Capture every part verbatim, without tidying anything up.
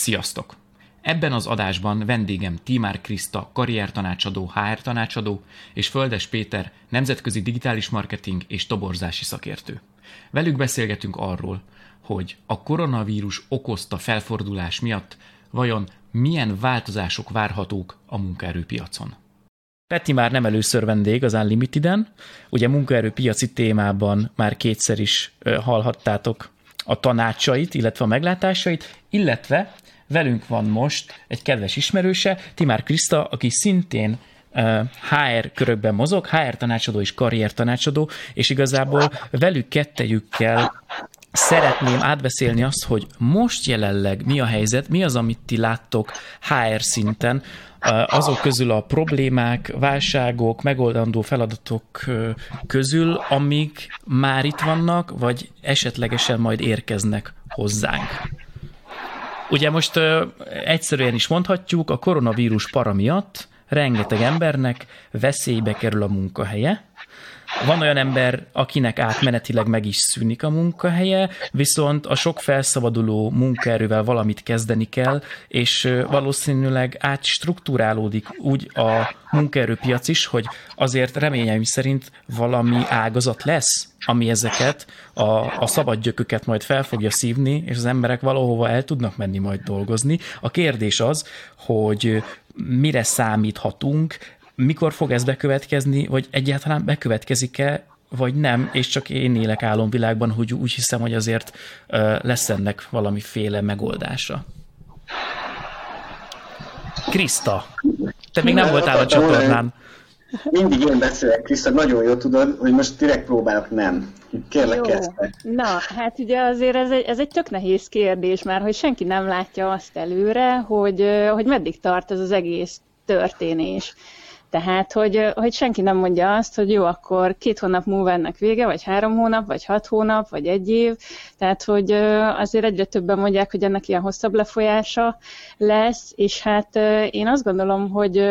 Sziasztok! Ebben az adásban vendégem Tímár Kriszta, karriertanácsadó, há er tanácsadó, és Földes Péter, nemzetközi digitális marketing és toborzási szakértő. Velük beszélgetünk arról, hogy a koronavírus okozta felfordulás miatt vajon milyen változások várhatók a munkaerőpiacon. Peti már nem először vendég az Unlimiteden, ugye munkaerőpiaci témában már kétszer is hallhattátok a tanácsait, illetve a meglátásait, illetve velünk van most egy kedves ismerőse, Tímár Kriszta, aki szintén há er körökben mozog, há er tanácsadó és karriertanácsadó, és igazából velük kettejükkel szeretném átbeszélni azt, hogy most jelenleg mi a helyzet, mi az, amit ti láttok há er szinten, azok közül a problémák, válságok, megoldandó feladatok közül, amik már itt vannak, vagy esetlegesen majd érkeznek hozzánk. Ugye most ö, egyszerűen is mondhatjuk, a koronavírus para miatt rengeteg embernek veszélybe kerül a munkahelye. Van olyan ember, akinek átmenetileg meg is szűnik a munkahelye, viszont a sok felszabaduló munkaerővel valamit kezdeni kell, és valószínűleg átstruktúrálódik úgy a munkaerőpiac is, hogy azért reményeim szerint valami ágazat lesz, ami ezeket a, a szabad gyököket majd fel fogja szívni, és az emberek valahova el tudnak menni majd dolgozni. A kérdés az, hogy mire számíthatunk, mikor fog ez bekövetkezni, vagy egyáltalán bekövetkezik-e, vagy nem, és csak én élek álomvilágban, hogy úgy hiszem, hogy azért lesz ennek valamiféle megoldása. Kriszta, te még nem voltál a csatornán. Mindig én beszélek, Kriszta, nagyon jól tudod, hogy most direkt próbálok nem. Kérlek, kezdve. Na, hát ugye azért ez egy, ez egy tök nehéz kérdés már, hogy senki nem látja azt előre, hogy, hogy meddig tart ez az egész történés. Tehát, hogy, hogy senki nem mondja azt, hogy jó, akkor két hónap múlva ennek vége, vagy három hónap, vagy hat hónap, vagy egy év. Tehát, hogy azért egyre többen mondják, hogy ennek ilyen hosszabb lefolyása lesz, és hát én azt gondolom, hogy,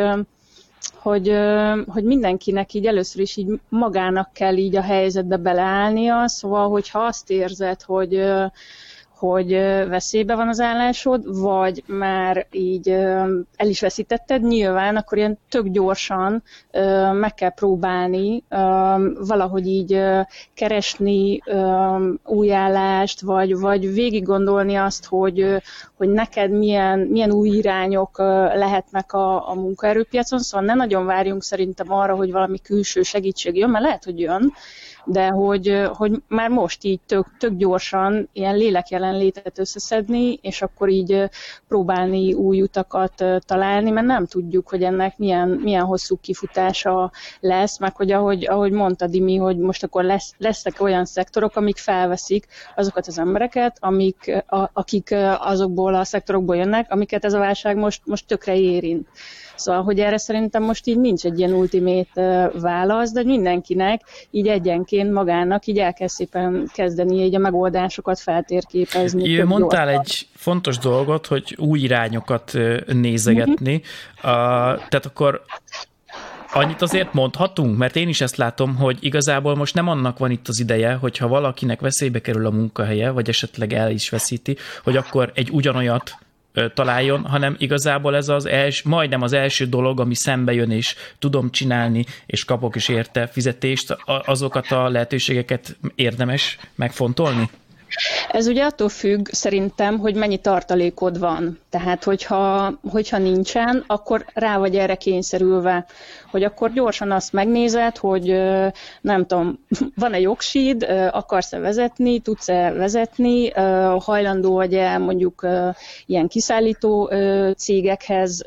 hogy, hogy mindenkinek így először is így magának kell így a helyzetbe beleállnia, szóval, hogyha azt érzed, hogy hogy veszélybe van az állásod, vagy már így el is veszítetted, nyilván akkor ilyen tök gyorsan meg kell próbálni valahogy így keresni új állást, vagy, vagy végig gondolni azt, hogy, hogy neked milyen, milyen új irányok lehetnek a, a munkaerőpiacon, szóval ne nagyon várjunk szerintem arra, hogy valami külső segítség jön, mert lehet, hogy jön, de hogy, hogy már most így tök, tök gyorsan ilyen lélekjelenlétet összeszedni, és akkor így próbálni új utakat találni, mert nem tudjuk, hogy ennek milyen, milyen hosszú kifutása lesz, meg hogy ahogy, ahogy mondta Dimi, hogy most akkor lesz, lesznek olyan szektorok, amik felveszik azokat az embereket, amik, a, akik azokból a szektorokból jönnek, amiket ez a válság most, most tökre érint. Szóval, hogy erre szerintem most így nincs egy ilyen ultimate válasz, de mindenkinek így egyenként magának így el kell szépen kezdeni így a megoldásokat feltérképezni. Ő mondtál egy fontos dolgot, hogy új irányokat nézegetni. Mm-hmm. Uh, tehát akkor annyit azért mondhatunk, mert én is ezt látom, hogy igazából most nem annak van itt az ideje, hogyha valakinek veszélybe kerül a munkahelye, vagy esetleg el is veszíti, hogy akkor egy ugyanolyat találjon, hanem igazából ez az els, majdnem az első dolog, ami szembe jön, és tudom csinálni, és kapok is érte fizetést, azokat a lehetőségeket érdemes megfontolni? Ez ugye attól függ szerintem, hogy mennyi tartalékod van. Tehát, hogyha, hogyha nincsen, akkor rá vagy erre kényszerülve, hogy akkor gyorsan azt megnézed, hogy nem tudom, van-e jogsid, akarsz-e vezetni, tudsz-e vezetni, hajlandó vagy-e mondjuk ilyen kiszállító cégekhez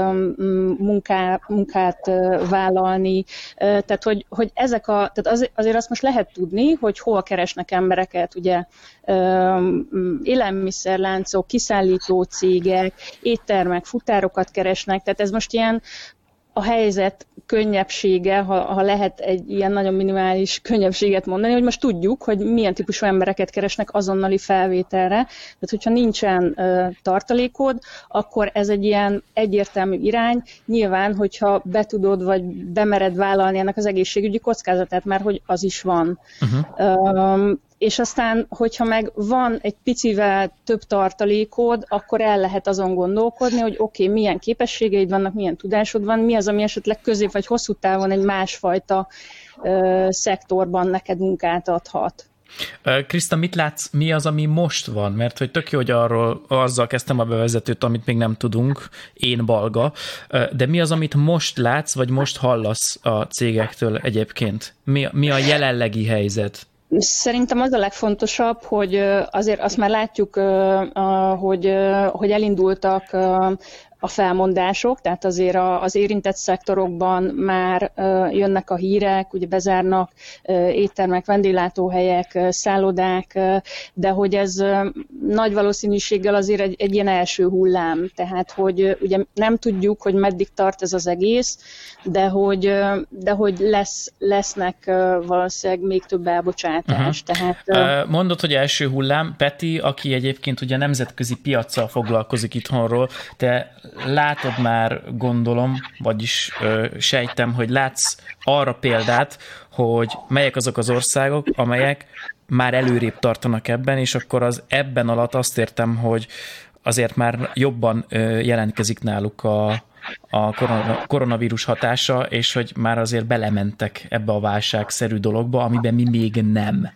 munká, munkát vállalni. Tehát, hogy, hogy ezek a, tehát az, azért azt most lehet tudni, hogy hol keresnek embereket, ugye élelmiszerláncok, kiszállító cégek, éttermek, futárokat keresnek, tehát ez most ilyen a helyzet könnyebbsége, ha, ha lehet egy ilyen nagyon minimális könnyebbséget mondani, hogy most tudjuk, hogy milyen típusú embereket keresnek azonnali felvételre. Tehát, hogyha nincsen uh, tartalékod, akkor ez egy ilyen egyértelmű irány. Nyilván, hogyha betudod, vagy bemered vállalni ennek az egészségügyi kockázatát, mert hogy az is van. Uh-huh. Um, és aztán, hogyha meg van egy picivel több tartalékod, akkor el lehet azon gondolkodni, hogy oké, okay, milyen képességeid vannak, milyen tudásod van, mi az, ami esetleg közép vagy hosszú távon egy másfajta ö, szektorban neked munkát adhat. Kriszta, mit látsz, mi az, ami most van? Mert hogy tök jó, hogy arról, azzal kezdtem a bevezetőt, amit még nem tudunk, én balga, de mi az, amit most látsz, vagy most hallasz a cégektől egyébként? Mi, mi a jelenlegi helyzet? Szerintem az a legfontosabb, hogy azért azt már látjuk, hogy, hogy elindultak a felmondások, tehát azért az érintett szektorokban már jönnek a hírek, ugye bezárnak éttermek, vendéglátóhelyek, szállodák, de hogy ez nagy valószínűséggel azért egy, egy ilyen első hullám, tehát hogy ugye nem tudjuk, hogy meddig tart ez az egész, de hogy, de hogy lesz, lesznek valószínűleg még több elbocsátás. Uh-huh. Tehát, Mondod, hogy első hullám, Peti, aki egyébként ugye nemzetközi piaccal foglalkozik itthonról, te látod már, gondolom, vagyis ö, sejtem, hogy látsz arra példát, hogy melyek azok az országok, amelyek már előrébb tartanak ebben, és akkor az ebben alatt azt értem, hogy azért már jobban ö, jelentkezik náluk a, a korona, koronavírus hatása, és hogy már azért belementek ebbe a válságszerű dologba, amiben mi még nem.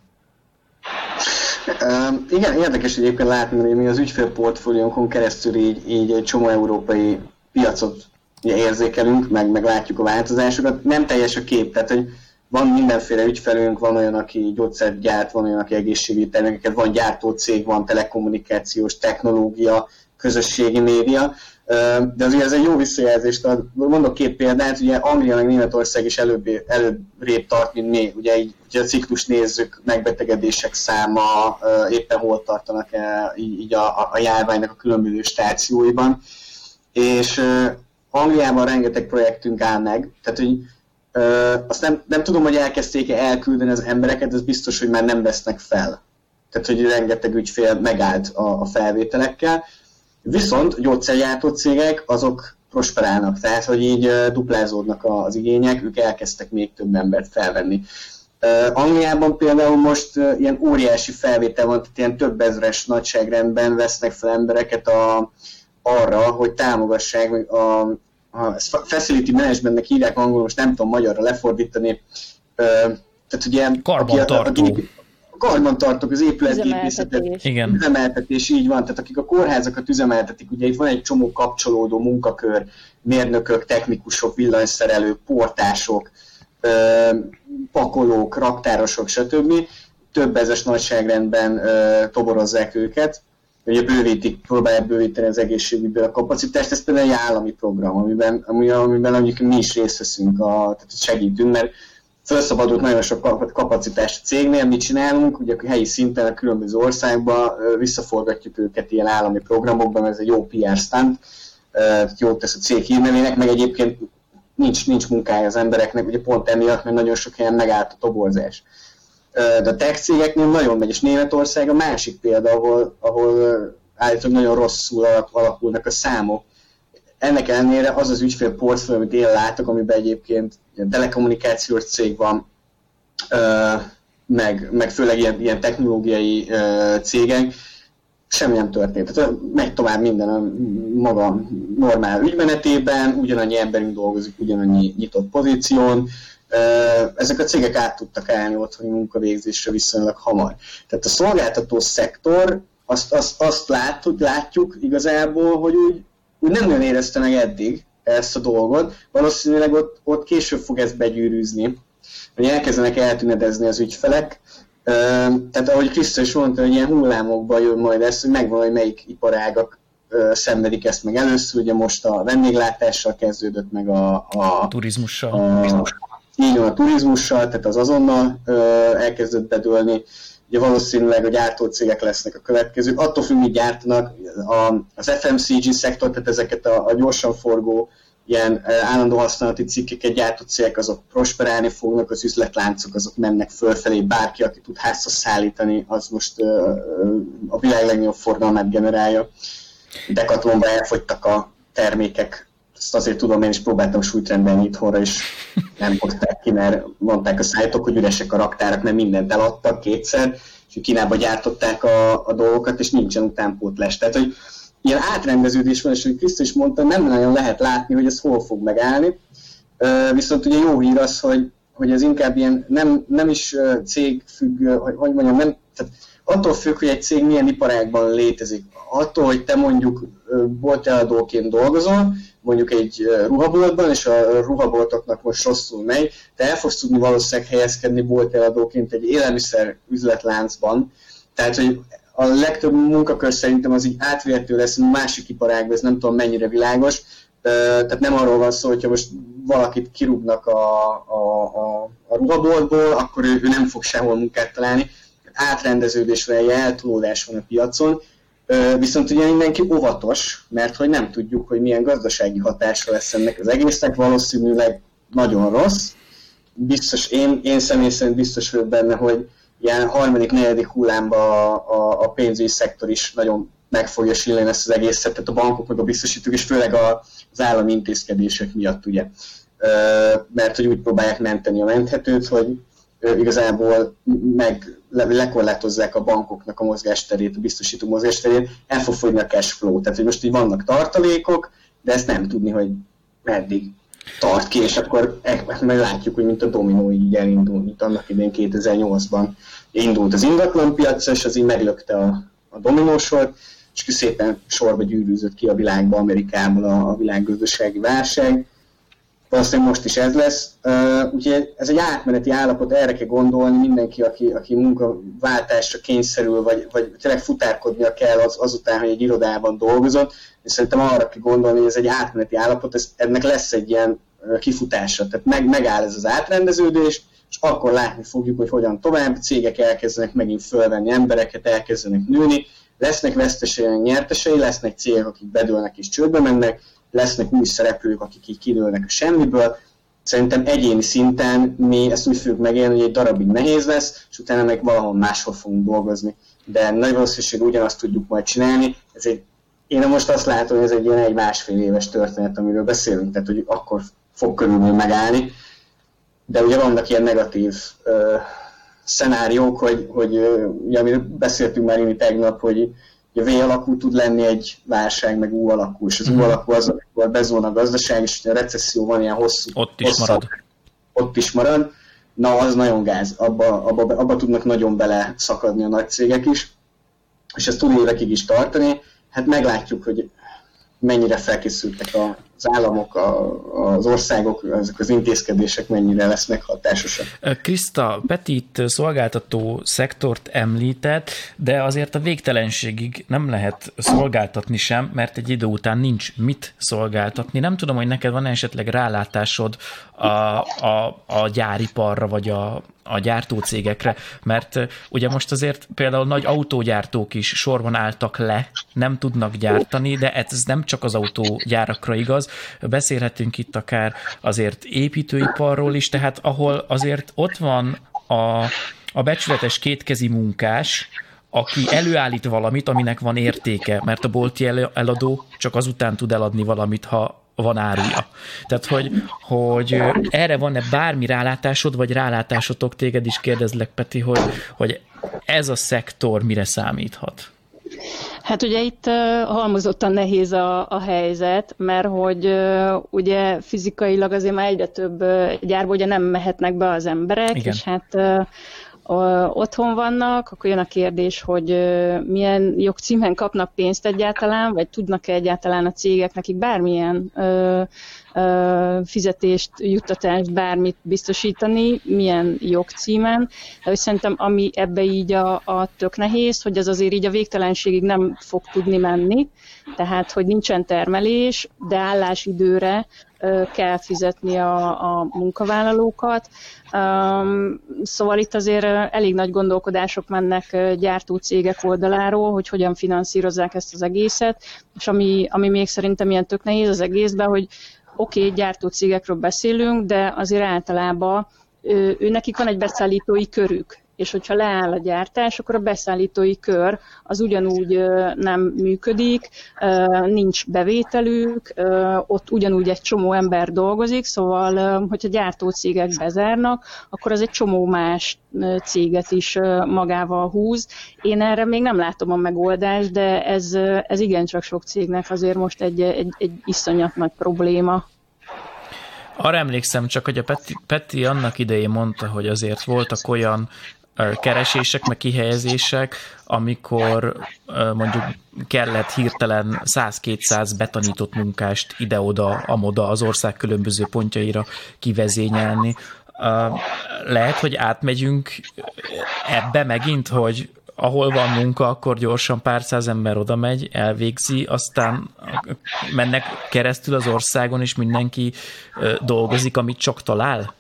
Uh, igen, érdekes egyébként látni, hogy mi az ügyfélportfóliónkon keresztül így, így egy csomó európai piacot ugye, érzékelünk, meg, meg látjuk a változásokat. Nem teljes a kép, tehát hogy van mindenféle ügyfelünk, van olyan, aki gyógyszert gyárt, van olyan, aki egészségügyi termékeket, van gyártócég, van telekommunikációs, technológia, közösségi média, de azért ez egy jó visszajelzést ad. Mondok két példát, ugye Anglia meg Németország is előbb, előbbrébb tart, mint mi. Ugye így ugye a ciklus nézzük, megbetegedések száma, éppen hol tartanak így a, a járványnak a különböző stációiban. És Angliában rengeteg projektünk áll meg, tehát hogy azt nem, nem tudom, hogy elkezdték-e elküldeni az embereket, ez biztos, hogy már nem vesznek fel. Tehát, hogy rengeteg ügyfél megállt a, a felvételekkel. Viszont gyógyszergyártó cégek, azok prosperálnak, tehát hogy így duplázódnak az igények, ők elkezdtek még több embert felvenni. Angliában például most ilyen óriási felvétel van, tehát ilyen több ezres nagyságrendben vesznek fel embereket a, arra, hogy támogassák a, a facility managementnek hívják angolul, most nem tudom magyarra lefordítani. Tehát ugye... Karbantartó. Karbantartók, az épületgépészetet, üzemeltetés, így van, tehát akik a kórházakat üzemeltetik, ugye itt van egy csomó kapcsolódó munkakör, mérnökök, technikusok, villanyszerelők, portások, pakolók, raktárosok, stb. Több ezes nagyságrendben toborozzák őket, ugye bővítik, próbálják bővíteni az egészségügyből a kapacitást, ez például egy állami program, amiben, amiben, amiben mi is részt veszünk, a, tehát segítünk, mert felszabadult nagyon sok kapacitást a cégnél, mit csinálunk, ugye a helyi szinten a különböző országban visszaforgatjuk őket ilyen állami programokban, ez egy jó pé er stunt, jót tesz a cég hírnevének, meg egyébként nincs, nincs munkája az embereknek, ugye pont emiatt, mert nagyon sok helyen megállt a toborzás. De a tech cégeknél nagyon megy, és Németország a másik példa, ahol, ahol állítólag nagyon rosszul alakulnak a számok. Ennek ellenére az az ügyfélportfólió, amit én látok, amiben egyébként telekommunikációs cég van, meg, meg főleg ilyen, ilyen technológiai cégek, semmi nem történt. Tehát megy tovább minden a maga normál ügymenetében, ugyanannyi emberünk dolgozik, ugyanannyi nyitott pozíción. Ezek a cégek át tudtak állni otthoni munkavégzésre viszonylag hamar. Tehát a szolgáltató szektor, azt, azt, azt látjuk, látjuk igazából, hogy úgy, úgy nem nagyon érezte meg eddig ezt a dolgot. Valószínűleg ott, ott később fog ezt begyűrűzni, hogy elkezdenek eltünedezni az ügyfelek. Tehát ahogy Kriszta is mondta, hogy ilyen hullámokban jön majd ez, hogy megvan, hogy melyik iparágak szenvedik ezt meg először. Ugye most a vendéglátással kezdődött meg a... a turizmussal. A, így van, a turizmussal, tehát az azonnal elkezdett bedőlni. Ugye valószínűleg a gyártócégek lesznek a következők. Attól függ, mit gyártanak, a, az ef em cé gé szektor, tehát ezeket a, a gyorsan forgó, ilyen állandó használati cikkeket gyártó cégek, azok prosperálni fognak, az üzletláncok azok mennek fölfelé, bárki, aki tud házhoz szállítani, az most a világ legnagyobb forgalmát generálja. Decathlonban elfogytak a termékek, ezt azért tudom, én is próbáltam súlyt itthonra, és nem hozták ki, mert mondták a szállítók, hogy üresek a raktárak, mert mindent eladtak kétszer, és Kínába gyártották a, a dolgokat, és nincsen utánpótlás. Tehát, hogy ilyen átrendeződés van, és hogy Krisztus is mondta, nem nagyon lehet látni, hogy ez hol fog megállni. Viszont ugye jó hír az, hogy, hogy ez inkább ilyen nem, nem is cég függ, hogy, hogy mondjam, nem, tehát attól függ, hogy egy cég milyen iparágban létezik. Attól, hogy te mondjuk bolteladóként dolgozol, mondjuk egy ruhaboltban, és a ruhaboltoknak most rosszul megy, te el fogsz tudni valószínűleg helyezkedni bolteladóként egy élelmiszer üzletláncban. Tehát, hogy a legtöbb munkakör szerintem az így átvihető lesz a másik iparágban, ez nem tudom mennyire világos. Tehát nem arról van szó, hogyha most valakit kirúgnak a, a, a, a ruhaboltból, akkor ő, ő nem fog sehol munkát találni. Átrendeződés vagy egy eltolódás van a piacon. Viszont ugye mindenki óvatos, mert hogy nem tudjuk, hogy milyen gazdasági hatása lesz ennek az egésznek, valószínűleg nagyon rossz. Biztos, én, én személy szerint biztos vagyok benne, hogy ilyen harmadik, negyedik hullámban a, a, a pénzügyi szektor is nagyon meg fogja silleni ezt az egészet, tehát a bankok meg a biztosítók, és főleg a, az állami intézkedések miatt, ugye. Mert hogy úgy próbálják menteni a menthetőt, hogy igazából meg lekorlátozzák a bankoknak a mozgásterét, a biztosító mozgásterét, el fog fogyni a cash flow. Tehát, hogy most így vannak tartalékok, de ezt nem tudni, hogy meddig tart ki, és akkor meg látjuk, hogy mint a dominó így elindul, mint annak idején kétezer-nyolcban indult az ingatlanpiac, és az így meglökte a, a dominósort, és szépen sorba gyűrűzött ki a világba, Amerikából a, a világgazdasági válság. Valószínűleg most is ez lesz. Uh, úgyhogy ez egy átmeneti állapot, erre kell gondolni mindenki, aki, aki munkaváltásra kényszerül, vagy, vagy tényleg futárkodnia kell az, azután, hogy egy irodában dolgozott. És szerintem arra kell gondolni, hogy ez egy átmeneti állapot, ez, ennek lesz egy ilyen kifutása. Tehát meg, megáll ez az átrendeződés, és akkor látni fogjuk, hogy hogyan tovább. Cégek elkezdenek megint fölvenni embereket, elkezdenek nőni, lesznek vesztesei, nyertesei, lesznek cégek, akik bedőlnek és csődbe mennek, lesznek új szereplők, akik így kidőlnek a semmiből. Szerintem egyéni szinten mi ezt úgy fogjuk megélni, hogy egy darabig nehéz lesz, és utána meg valahol máshol fogunk dolgozni. De nagy valószínűség ugyanazt tudjuk majd csinálni. Ez egy, én most azt látom, hogy ez egy ilyen egy-másfél éves történet, amiről beszélünk, tehát hogy akkor fog körülbelül megállni. De ugye vannak ilyen negatív uh, szenáriók, hogy, hogy uh, ugye, amiről beszéltünk már inni tegnap, hogy a V alakú tud lenni egy válság, meg U alakú, és az U alakú az, amikor bezón a gazdaság, és a recesszió van ilyen hosszú. Ott is hosszú, marad. Ott is marad. Na, az nagyon gáz. Abba, abba, abba tudnak nagyon bele szakadni a nagy cégek is, és ezt tud évekig is tartani. Hát meglátjuk, hogy mennyire felkészültek az államok, az országok, ezek az intézkedések mennyire lesznek hatásosak. Kriszta, Peti itt szolgáltató szektort említett, de azért a végtelenségig nem lehet szolgáltatni sem, mert egy idő után nincs mit szolgáltatni. Nem tudom, hogy neked van esetleg rálátásod a, a, a gyáriparra, vagy a a gyártócégekre, mert ugye most azért például nagy autógyártók is sorban álltak le, nem tudnak gyártani, de ez nem csak az autógyárakra igaz. Beszélhetünk itt akár azért építőiparról is, tehát ahol azért ott van a, a becsületes kétkezi munkás, aki előállít valamit, aminek van értéke, mert a bolti eladó csak azután tud eladni valamit, ha van áruja. Tehát, hogy, hogy erre van-e bármi rálátásod, vagy rálátásotok, téged is kérdezlek, Peti, hogy, hogy ez a szektor mire számíthat? Hát ugye itt uh, halmozottan nehéz a, a helyzet, mert hogy uh, ugye fizikailag azért már egyre több uh, gyárba ugye nem mehetnek be az emberek, igen. És hát uh, otthon vannak, akkor jön a kérdés, hogy milyen jogcímen kapnak pénzt egyáltalán, vagy tudnak-e egyáltalán a cégek nekik bármilyen ö, ö, fizetést, juttatást, bármit biztosítani, milyen jogcímen. De hogy szerintem ami ebbe így a, a tök nehéz, hogy az azért így a végtelenségig nem fog tudni menni, tehát hogy nincsen termelés, de állásidőre kell fizetni a, a munkavállalókat. Um, szóval itt azért elég nagy gondolkodások mennek gyártócégek oldaláról, hogy hogyan finanszírozzák ezt az egészet, és ami, ami még szerintem ilyen tök nehéz az egészben, hogy oké, okay, gyártócégekről beszélünk, de azért általában ő, ő nekik van egy beszállítói körük, és hogyha leáll a gyártás, akkor a beszállítói kör az ugyanúgy nem működik, nincs bevételük, ott ugyanúgy egy csomó ember dolgozik, szóval, hogyha gyártócégek bezárnak, akkor az egy csomó más céget is magával húz. Én erre még nem látom a megoldást, de ez, ez igencsak sok cégnek azért most egy, egy, egy iszonyat nagy probléma. Arra emlékszem csak, hogy a Peti, Peti annak idején mondta, hogy azért voltak olyan keresések, meg kihelyezések, amikor mondjuk kellett hirtelen száz-kétszáz betanított munkást ide-oda, amoda az ország különböző pontjaira kivezényelni. Lehet, hogy átmegyünk ebbe megint, hogy ahol van munka, akkor gyorsan pár száz ember oda megy, elvégzi, aztán mennek keresztül az országon, és mindenki dolgozik, amit csak talál?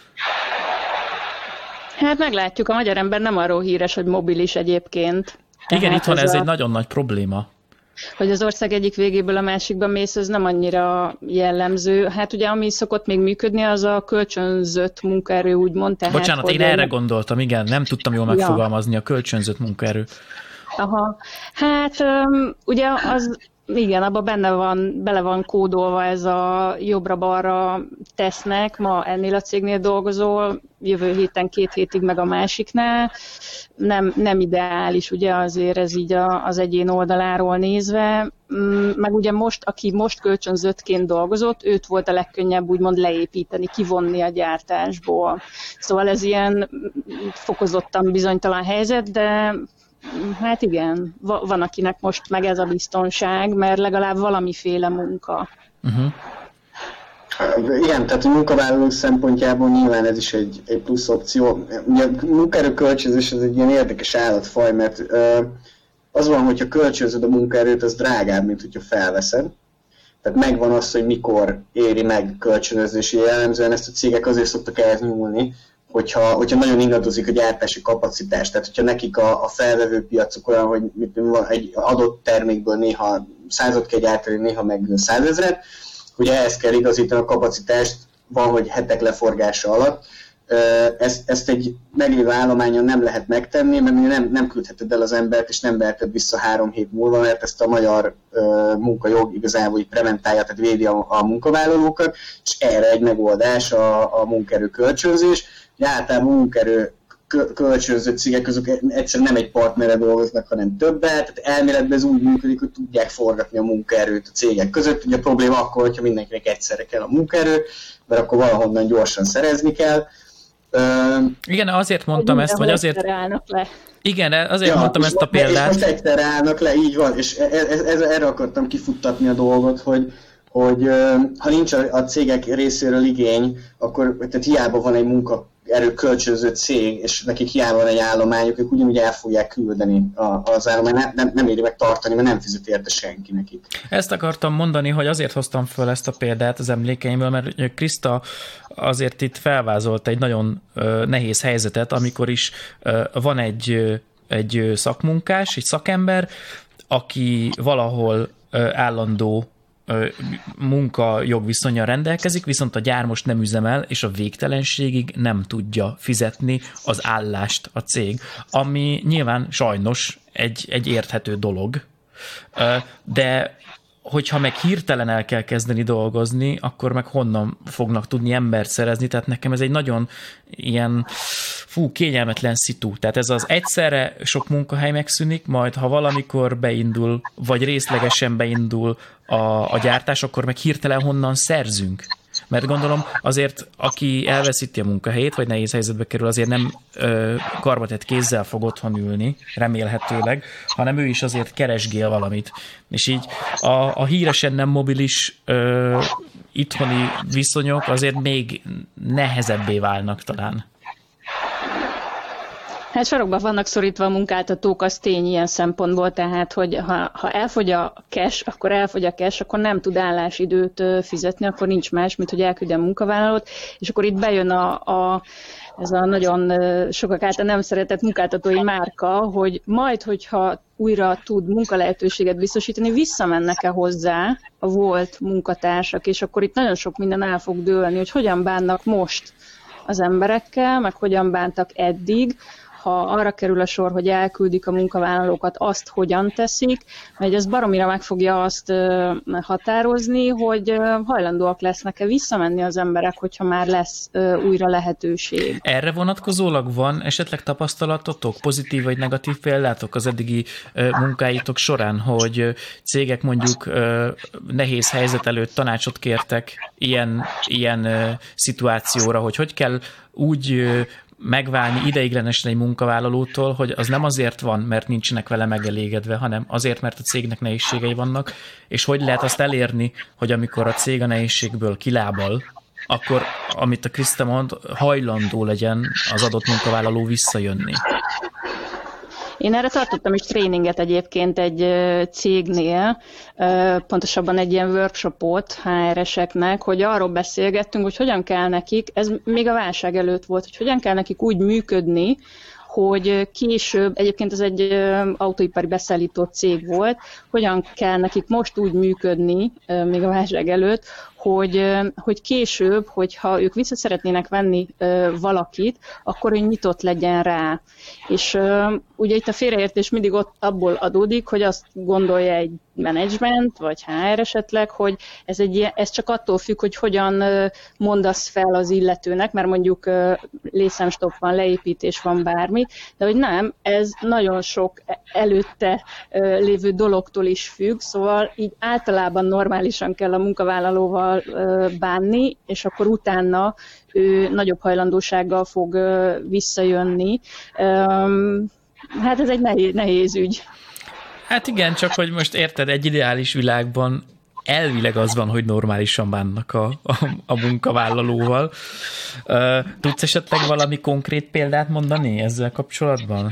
Hát meglátjuk, a magyar ember nem arról híres, hogy mobilis egyébként. Igen, Tehát itthon ez, ez a... egy nagyon nagy probléma. Hogy az ország egyik végéből a másikba mész, ez nem annyira jellemző. Hát ugye ami szokott még működni, az a kölcsönzött munkaerő, úgymond. Tehát, Bocsánat, én erre gondoltam, igen, nem tudtam jól megfogalmazni, ja. A kölcsönzött munkaerő. Aha, hát ugye az... Igen, abban benne van, bele van kódolva ez a jobbra-balra tesznek, ma ennél a cégnél dolgozol, jövő héten két hétig meg a másiknál. Nem, nem ideális, ugye azért ez így a, az egyén oldaláról nézve. Meg ugye most, aki most kölcsönzöttként dolgozott, őt volt a legkönnyebb úgymond leépíteni, kivonni a gyártásból. Szóval ez ilyen fokozottan bizonytalan helyzet, de hát igen, van akinek most meg ez a biztonság, mert legalább valamiféle munka. Uh-huh. Igen, tehát a munkavállalók szempontjából nyilván ez is egy, egy plusz opció. Ugye a munkaerő kölcsönzés ez egy ilyen érdekes állatfaj, mert uh, az van, hogyha kölcsönzöd a munkaerőt, az drágább, mint hogyha felveszed. Tehát megvan az, hogy mikor éri meg kölcsönözési, jellemzően ezt a cégek azért szoktak elnyúlni, hogyha, hogyha nagyon ingadozik a gyártási kapacitás. Tehát, hogyha nekik a, a felvevő piacok olyan, hogy egy adott termékből néha százat kell gyártani, néha meg százezret, hogy ehhez kell igazítani a kapacitást, van, hogy hetek leforgása alatt. Ezt, ezt egy meglévő állományon nem lehet megtenni, mert nem, nem küldheted el az embert, és nem veheted vissza három hét múlva, mert ezt a magyar munkajog igazából így preventálja, tehát védi a, a munkavállalókat, és erre egy megoldás a, a munkaerő kölcsönzés. Általában munkaerő kölcsönzött cégek azok egyszerűen nem egy partnerre dolgoznak, hanem többet, tehát elméletben ez úgy működik, hogy tudják forgatni a munkaerőt a cégek között. Ugye a probléma akkor, hogyha mindenkinek egyszerre kell a munkaerő, mert akkor valahonnan gyorsan szerezni kell. Igen, azért mondtam ezt, vagy azért... Le. Igen, azért ja, mondtam ezt a példát. És most egyszerre állnak le, így van, és ez, ez, erre akartam kifuttatni a dolgot, hogy hogy ha nincs a cégek részéről igény, akkor tehát hiába van egy munkaerő kölcsönző cég, és nekik hiába van egy állományuk, ők ugyanúgy el fogják küldeni az állományt, nem, nem, nem éri meg tartani, mert nem fizet érte senki nekik. Ezt akartam mondani, hogy azért hoztam föl ezt a példát az emlékeimből, mert Kriszta azért itt felvázolta egy nagyon nehéz helyzetet, amikor is van egy, egy szakmunkás, egy szakember, aki valahol állandó munka jogviszonnyal rendelkezik, viszont a gyár most nem üzemel, és a végtelenségig nem tudja fizetni az állást a cég, ami nyilván sajnos egy, egy érthető dolog, de hogyha meg hirtelen el kell kezdeni dolgozni, akkor meg honnan fognak tudni embert szerezni, tehát nekem ez egy nagyon ilyen fú, kényelmetlen szitu. Tehát ez az egyszerre sok munkahely megszűnik, majd ha valamikor beindul, vagy részlegesen beindul a, a gyártás, akkor meg hirtelen honnan szerzünk. Mert gondolom azért, aki elveszíti a munkahelyét, vagy nehéz helyzetbe kerül, azért nem ö, karbatett kézzel fog otthon ülni, remélhetőleg, hanem ő is azért keresgél valamit. És így a, a híresen nem mobilis ö, itthoni viszonyok azért még nehezebbé válnak talán. Hát sarokba vannak szorítva a munkáltatók, az tény ilyen szempontból, tehát, hogy ha, ha elfogy a cash, akkor elfogy a cash, akkor nem tud állásidőt fizetni, akkor nincs más, mint hogy elküldje a munkavállalót, és akkor itt bejön a, a, ez a nagyon sokak által nem szeretett munkáltatói márka, hogy majd, hogyha újra tud munkalehetőséget biztosítani, visszamennek-e hozzá a volt munkatársak, és akkor itt nagyon sok minden el fog dőlni, hogy hogyan bánnak most az emberekkel, meg hogyan bántak eddig, ha arra kerül a sor, hogy elküldik a munkavállalókat, azt hogyan teszik, mert ez baromira meg fogja azt határozni, hogy hajlandóak lesznek-e visszamenni az emberek, hogyha már lesz újra lehetőség. Erre vonatkozólag van esetleg tapasztalatotok, pozitív vagy negatív példátok az eddigi munkáitok során, hogy cégek mondjuk nehéz helyzet előtt tanácsot kértek ilyen, ilyen szituációra, hogy hogy kell úgy megválni ideiglenesen egy munkavállalótól, hogy az nem azért van, mert nincsenek vele megelégedve, hanem azért, mert a cégnek nehézségei vannak, és hogy lehet azt elérni, hogy amikor a cég a nehézségből kilábal, akkor, amit a Kriszta mond, hajlandó legyen az adott munkavállaló visszajönni. Én erre tartottam is tréninget egyébként egy cégnél, pontosabban egy ilyen workshopot há er eseknek, hogy arról beszélgettünk, hogy hogyan kell nekik, ez még a válság előtt volt, hogy hogyan kell nekik úgy működni, hogy később, egyébként ez egy autóipari beszállító cég volt, hogyan kell nekik most úgy működni, még a válság előtt, hogy, hogy később, hogyha ők vissza szeretnének venni valakit, akkor ő nyitott legyen rá. És ugye itt a félreértés mindig ott abból adódik, hogy azt gondolja egy menedzsment, vagy há er esetleg, hogy ez, egy, ez csak attól függ, hogy hogyan mondasz fel az illetőnek, mert mondjuk létszámstopp van, leépítés van, bármi, de hogy nem, ez nagyon sok előtte lévő dologtól is függ, szóval így általában normálisan kell a munkavállalóval bánni, és akkor utána ő nagyobb hajlandósággal fog visszajönni. Hát ez egy nehéz, nehéz ügy. Hát igen, csak hogy most érted, egy ideális világban elvileg az van, hogy normálisan bánnak a, a, a munkavállalóval. Tudsz esetleg valami konkrét példát mondani ezzel kapcsolatban?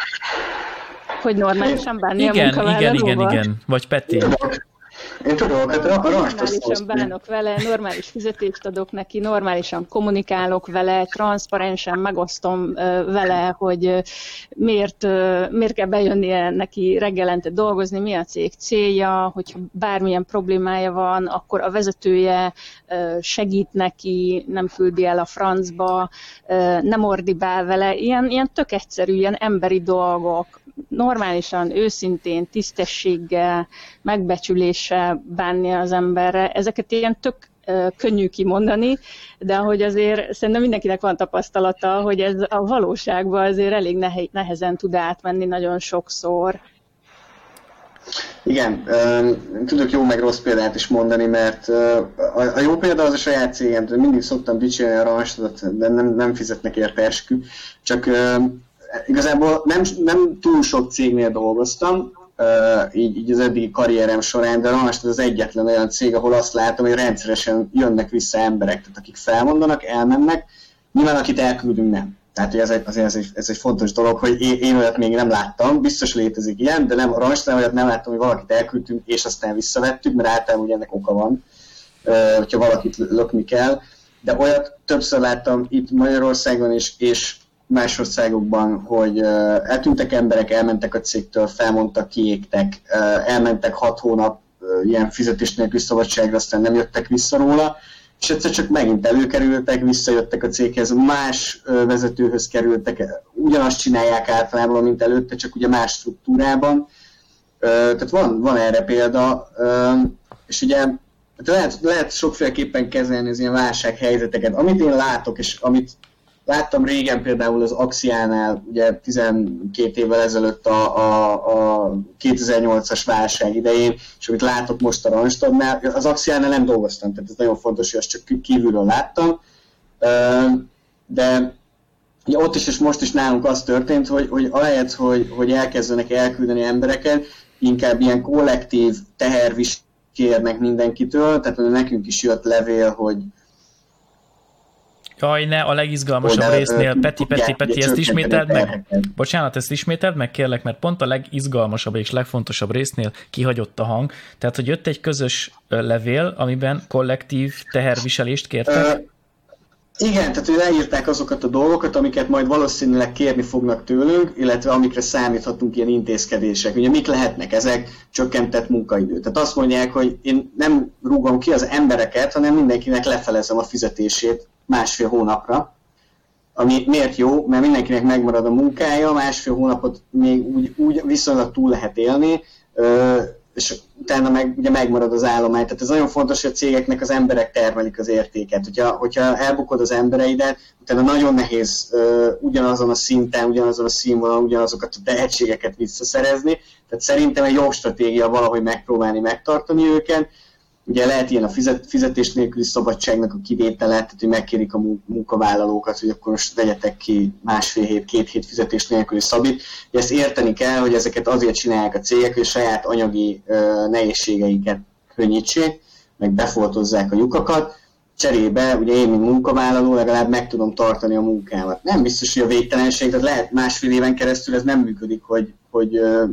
Hogy normálisan bánni igen, a munkavállalóval? Igen, igen, igen. Vagy Peti? Én tudom, hát normálisan bánok vele, normális fizetést adok neki, normálisan kommunikálok vele, transzparensen megosztom vele, hogy miért, miért kell bejönnie neki reggelente dolgozni, mi a cég célja, hogyha bármilyen problémája van, akkor a vezetője segít neki, nem küldi el a francba, nem ordibál vele, ilyen, ilyen tök egyszerű, ilyen emberi dolgok. Normálisan, őszintén, tisztességgel, megbecsüléssel bánni az emberre. Ezeket ilyen tök uh, könnyű kimondani, de hogy azért szerintem mindenkinek van tapasztalata, hogy ez a valóságban azért elég nehezen tud átmenni nagyon sokszor. Igen, tudok jó meg rossz példát is mondani, mert a jó példa az a saját cégem, mindig szoktam dicsérni a Randstadot, de nem, nem fizetnek érte eskü, csak igazából nem, nem túl sok cégnél dolgoztam, így, így az eddigi karrierem során, de a Randstad az egyetlen olyan cég, ahol azt látom, hogy rendszeresen jönnek vissza emberek, tehát akik felmondanak, elmennek, nyilván akit elküldünk nem. Tehát ez egy, azért ez egy, ez egy fontos dolog, hogy én, én olyat még nem láttam, biztos létezik ilyen, de nem, a Randstad olyat nem láttam, hogy valakit elküldtünk, és aztán visszavettük, mert általában ugye ennek oka van, hogyha valakit lökni kell. De olyat többször láttam itt Magyarországon is, és más országokban, hogy eltűntek emberek, elmentek a cégtől, felmondtak, kiégtek, elmentek hat hónap ilyen fizetés nélkül szabadságra, aztán nem jöttek vissza róla, és egyszer csak megint előkerültek, visszajöttek a céghez, más vezetőhöz kerültek, ugyanazt csinálják általában, mint előtte, csak ugye más struktúrában. Tehát van, van erre példa, és ugye lehet, lehet sokféleképpen kezelni az ilyen válsághelyzeteket. Amit én látok, és amit láttam régen például az Axiánál, ugye tizenkét évvel ezelőtt a, a, a kétezer-nyolcas válság idején, és amit látok most a Randstadnál, az Axiánál nem dolgoztam, tehát ez nagyon fontos, hogy azt csak kívülről láttam, de ugye ott is és most is nálunk az történt, hogy, hogy ahelyett, hogy, hogy elkezdenek elküldeni embereket, inkább ilyen kollektív tehervis kérnek mindenkitől, tehát nekünk is jött levél, hogy Jaj, ne, a legizgalmasabb Oda, résznél, Peti, Peti, Peti, ezt ismételd meg? Bocsánat, ezt ismételd meg, kérlek, mert pont a legizgalmasabb és legfontosabb résznél kihagyott a hang. Tehát, hogy jött egy közös levél, amiben kollektív teherviselést kértek? Uh, igen, tehát hogy leírták azokat a dolgokat, amiket majd valószínűleg kérni fognak tőlünk, illetve amikre számíthatunk ilyen intézkedések. Ugye mik lehetnek ezek? Csökkentett munkaidő. Tehát azt mondják, hogy én nem rúgom ki az embereket, hanem mindenkinek lefelezem a fizetését másfél hónapra, Ami miért jó? Mert mindenkinek megmarad a munkája, másfél hónapot még úgy, úgy viszonylag túl lehet élni, és utána meg, ugye megmarad az állomány. Tehát ez nagyon fontos, hogy a cégeknek az emberek termelik az értéket. Hogyha, hogyha elbukod az embereidet, utána nagyon nehéz uh, ugyanazon a szinten, ugyanazon a színvonalon, ugyanazokat a tehetségeket visszaszerezni. Tehát szerintem egy jobb stratégia valahogy megpróbálni megtartani őket. Ugye lehet ilyen a fizet, fizetés nélküli szabadságnak a kivétele, tehát hogy megkérik a munkavállalókat, hogy akkor most vegyetek ki másfél hét, két hét fizetés nélküli szabit. De ezt érteni kell, hogy ezeket azért csinálják a cégek, hogy a saját anyagi uh, nehézségeiket könnyítsék, meg befoltozzák a lyukakat. Cserébe, ugye én, mint munkavállaló, legalább meg tudom tartani a munkámat. Nem biztos, hogy a végtelenség, tehát lehet másfél éven keresztül ez nem működik, hogy, hogy uh,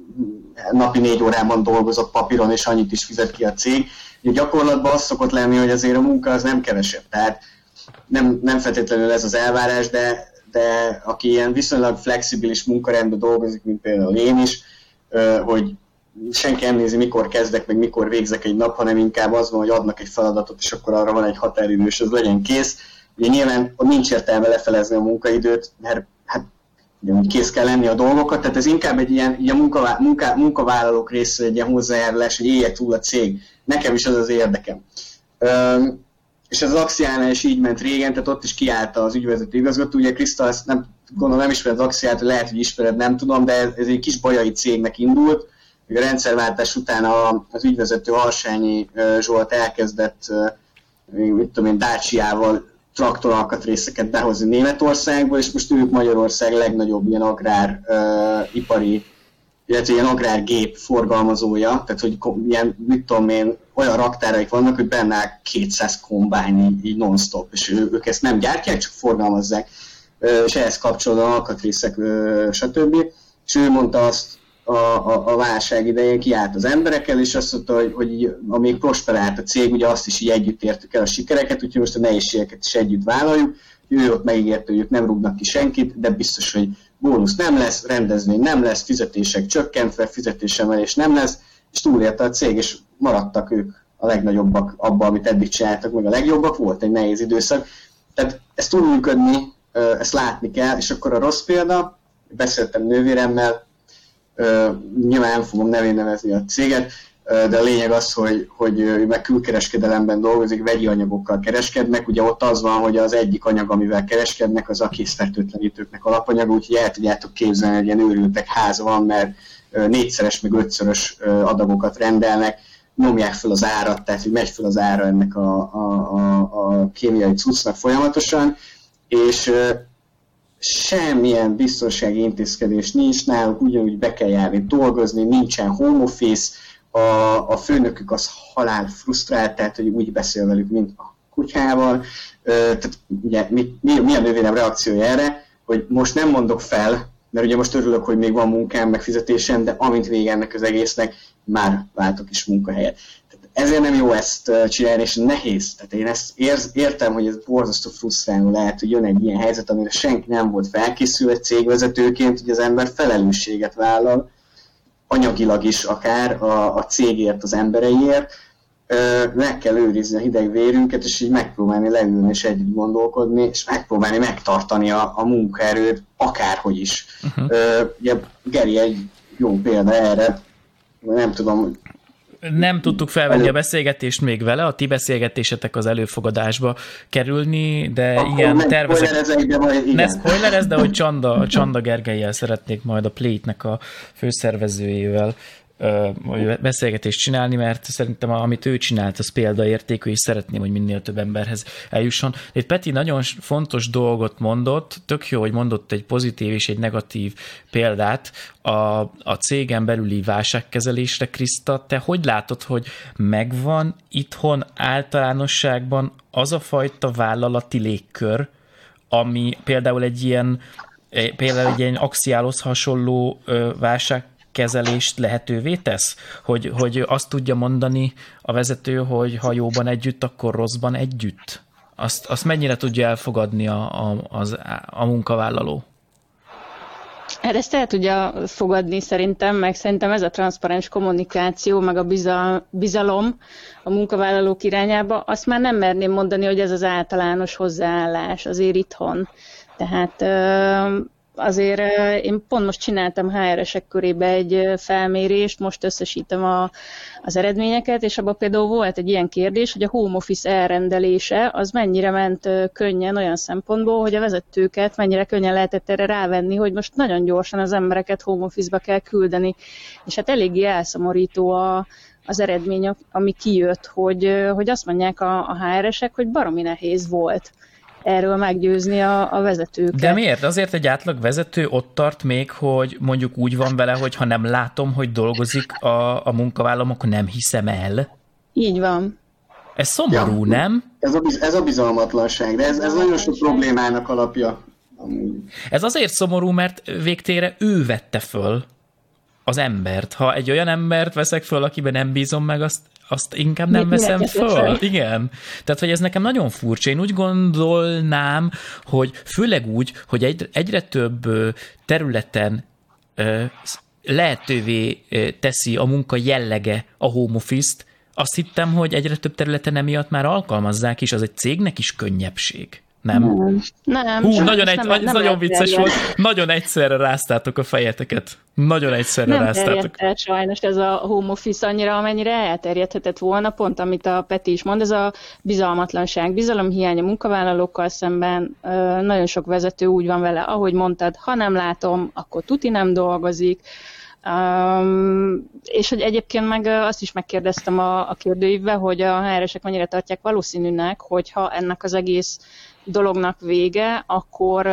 napi négy órában dolgozott papíron, és annyit is fizet ki a cég. Ugye gyakorlatban az szokott lenni, hogy azért a munka az nem kevesebb. Tehát nem, nem feltétlenül ez az elvárás, de, de aki ilyen viszonylag flexibilis munkarendben dolgozik, mint például én is, hogy senki nem nézi, mikor kezdek, meg mikor végzek egy nap, hanem inkább az van, hogy adnak egy feladatot, és akkor arra van egy határidő, és az legyen kész. Ugye nyilván nincs értelme lefelezni a munkaidőt, mert hát ugyanúgy kész kell lenni a dolgokat, tehát ez inkább egy ilyen, ilyen munkavá, munká, munkavállalók részről egy ilyen hozzájárulás, hogy élje túl a cég. Nekem is az az érdekem. Üm, és az Axiánál is így ment régen, tehát ott is kiállta az ügyvezető igazgató. Ugye Kriszta, ezt nem, gondolom nem ismered az Axiát, lehet, hogy ismered, nem tudom, de ez, ez egy kis bajai cégnek indult. A rendszerváltás után a, az ügyvezető Harsányi Zsolt elkezdett, mit tudom én, Dacia-val traktoralkatrészeket behozni Németországból, és most ők Magyarország legnagyobb ilyen agráripari, illetve ilyen agrárgép forgalmazója, tehát hogy ilyen, mit tudom én, olyan raktáraik vannak, hogy benne áll kétszáz kombány így, így non-stop, és ő, ők ezt nem gyártják, csak forgalmazzák, és ehhez kapcsolódóan alkatrészek, stb. És ő mondta azt a, a, a válság idején, kiállt az emberekkel, és azt mondta, hogy, hogy amíg prosperált a cég, ugye azt is így együtt értük el a sikereket, úgyhogy most a nehézségeket is együtt vállaljuk. Ő ott megígérte, hogy ők nem rúgnak ki senkit, de biztos, hogy bónusz nem lesz, rendezvény nem lesz, fizetések csökkentve, fizetésemelés nem lesz, és túlélte a cég, és maradtak ők a legnagyobbak abban, amit eddig csináltak, meg a legjobbak, volt egy nehéz időszak. Tehát ez tud működni, ezt látni kell, és akkor a rossz példa, beszéltem nővéremmel, nyilván nem fogom nevén nevezni a céget, de a lényeg az, hogy, hogy meg külkereskedelemben dolgozik, vegyi anyagokkal kereskednek. Ugye ott az van, hogy az egyik anyag, amivel kereskednek, az a készfertőtlenítőknek alapanyaga, úgyhogy el tudjátok képzelni, hogy ilyen őrültek háza van, mert négyszeres, meg ötszörös adagokat rendelnek, nyomják fel az árat, tehát hogy megy fel az ára ennek a, a, a, a kémiai cuccnak folyamatosan, és semmilyen biztonsági intézkedés nincs náluk, ugyanúgy be kell járni dolgozni, nincsen home office, a, a főnökük az halál frusztrált, tehát hogy úgy beszél velük, mint a kutyával. Tehát ugye mi, mi, mi a nővérem reakciója erre, hogy most nem mondok fel, mert ugye most örülök, hogy még van munkám, meg fizetésem, de amint vége ennek az egésznek, már váltok is munkahelyet. Tehát ezért nem jó ezt csinálni, és nehéz. Tehát én ezt érz, értem, hogy ez borzasztó frusztráló lehet, hogy jön egy ilyen helyzet, amire senki nem volt felkészülve cégvezetőként, hogy az ember felelősséget vállal, anyagilag is akár a, a cégért, az embereiért. Meg kell őrizni a hideg vérünket, és így megpróbálni leülni és együtt gondolkodni, és megpróbálni megtartani a, a munkaerőt akárhogy is. Uh-huh. Ugye Geri egy jó példa erre, nem tudom. Nem tudtuk felvenni elő... a beszélgetést még vele, a ti beszélgetésetek az előfogadásba kerülni, de akkor igen, tervezek... Ne spoilerezz, de hogy Csanda, Csanda Gergellyel szeretnék majd a Plate-nek a főszervezőjével beszélgetést csinálni, mert szerintem amit ő csinált, az példaértékű, és szeretném, hogy minél több emberhez eljusson. Itt Peti nagyon fontos dolgot mondott, tök jó, hogy mondott egy pozitív és egy negatív példát a, a cégen belüli válságkezelésre. Kriszta, te hogy látod, hogy megvan itthon általánosságban az a fajta vállalati légkör, ami például egy ilyen például egy ilyen Axiálhoz hasonló válság kezelést lehetővé tesz? Hogy, hogy azt tudja mondani a vezető, hogy ha jóban együtt, akkor rosszban együtt? Azt, azt mennyire tudja elfogadni a, a, az, a munkavállaló? Hát ezt el tudja fogadni szerintem, meg szerintem ez a transzparens kommunikáció, meg a bizal, bizalom a munkavállalók irányába, azt már nem merném mondani, hogy ez az általános hozzáállás azért itthon. Tehát azért én pont most csináltam há er esek körébe egy felmérést, most összesítem a, az eredményeket, és abban például volt egy ilyen kérdés, hogy a home office elrendelése az mennyire ment könnyen olyan szempontból, hogy a vezetőket mennyire könnyen lehetett erre rávenni, hogy most nagyon gyorsan az embereket home office-ba kell küldeni. És hát eléggé elszomorító a, az eredmény, ami kijött, hogy, hogy azt mondják a, a há er esek, hogy baromi nehéz volt erről meggyőzni a, a vezetőket. De miért? Azért egy átlag vezető ott tart még, hogy mondjuk úgy van vele, hogy ha nem látom, hogy dolgozik a, a munkavállalom, akkor nem hiszem el. Így van. Ez szomorú, ja, nem? Ez a, biz, ez a bizalmatlanság, de ez, ez nagyon sok problémának alapja. Ez azért szomorú, mert végtére ő vette föl az embert. Ha egy olyan embert veszek föl, akiben nem bízom meg, azt azt inkább nem Mi, veszem föl. Igen. Tehát, hogy ez nekem nagyon furcsa. Én úgy gondolnám, hogy főleg úgy, hogy egy, egyre több területen lehetővé teszi a munka jellege a home office-t, azt hittem, hogy egyre több területen emiatt már alkalmazzák is, az egy cégnek is könnyebbség. Nem? Nem. nem Hú, nagyon, egy, nem, nem nagyon vicces volt. Nagyon egyszerre ráztátok a fejeteket. Nagyon egyszerre nem ráztátok. Nem sajnos ez a home office annyira, amennyire elterjedhetett volna, pont amit a Peti is mond, ez a bizalmatlanság, bizalomhiány a munkavállalókkal szemben. Nagyon sok vezető úgy van vele, ahogy mondtad, ha nem látom, akkor tuti nem dolgozik. Um, és hogy egyébként meg azt is megkérdeztem a, a kérdőívbe, hogy a há er esek mennyire tartják valószínűnek, hogyha ennek az egész dolognak vége, akkor,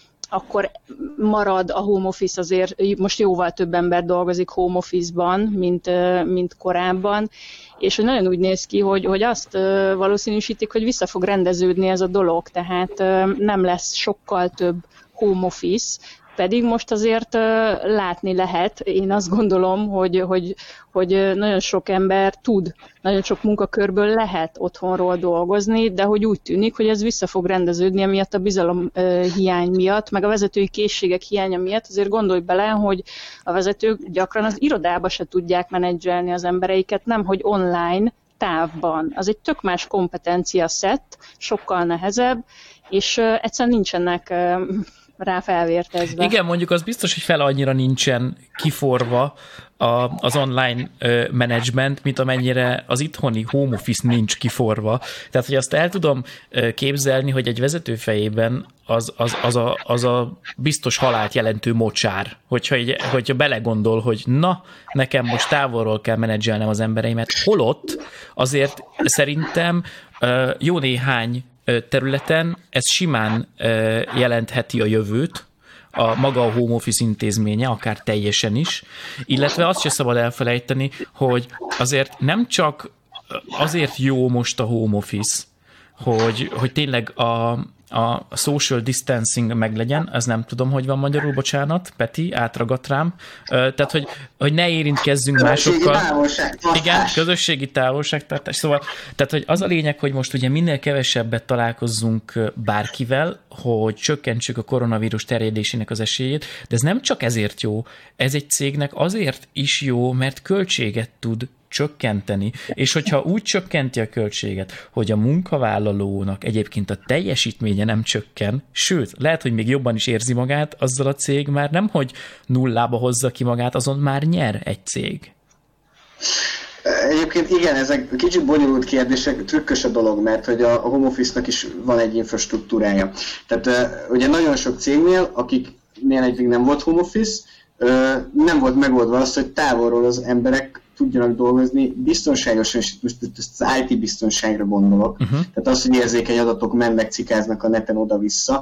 akkor marad a home office, azért most jóval több ember dolgozik home office-ban, mint, mint korábban, és hogy nagyon úgy néz ki, hogy, hogy azt valószínűsítik, hogy vissza fog rendeződni ez a dolog, tehát nem lesz sokkal több home office, pedig most azért uh, látni lehet, én azt gondolom, hogy, hogy, hogy nagyon sok ember tud, nagyon sok munkakörből lehet otthonról dolgozni, de hogy úgy tűnik, hogy ez vissza fog rendeződni emiatt a bizalom uh, hiány miatt, meg a vezetői készségek hiánya miatt. Azért gondolj bele, hogy a vezetők gyakran az irodába se tudják menedzselni az embereiket, nem hogy online, távban. Az egy tök más kompetencia szett, sokkal nehezebb, és uh, egyszerűen nincsenek uh, rá felvértezve. Igen, mondjuk az biztos, hogy fel annyira nincsen kiforva a, az online ö, management, mint amennyire az itthoni home office nincs kiforva. Tehát, hogy azt el tudom ö, képzelni, hogy egy vezető fejében az, az, az, a, az a biztos halált jelentő mocsár, hogyha, így, hogyha belegondol, hogy na, nekem most távolról kell menedzselnem az embereimet, holott azért szerintem ö, jó néhány területen ez simán jelentheti a jövőt, a maga a home office intézménye, akár teljesen is, illetve azt sem szabad elfelejteni, hogy azért nem csak azért jó most a home office, hogy, hogy tényleg a, a social distancing meglegyen, ez nem tudom, hogy van magyarul, bocsánat, Peti, átragadt rám. Tehát, hogy, hogy ne érintkezzünk másokkal. Igen, közösségi távolságtartás. Szóval, tehát, hogy az a lényeg, hogy most ugye minél kevesebbet találkozzunk bárkivel, hogy csökkentsük a koronavírus terjedésének az esélyét, de ez nem csak ezért jó, ez egy cégnek azért is jó, mert költséget tud csökkenteni, és hogyha úgy csökkenti a költséget, hogy a munkavállalónak egyébként a teljesítménye nem csökken, sőt, lehet, hogy még jobban is érzi magát, azzal a cég már nem, hogy nullába hozza ki magát, azon már nyer egy cég. Egyébként igen, ezek kicsit bonyolult kérdések, trükkös a dolog, mert hogy a home office-nak is van egy infrastruktúrája. Tehát ugye nagyon sok cégnél, akiknél eddig nem volt home office, nem volt megoldva az, hogy távolról az emberek tudjanak dolgozni biztonságosan, és most az i té biztonságra gondolok. Uh-huh. Tehát az, hogy érzékeny adatok mennek, cikáznak a neten oda-vissza.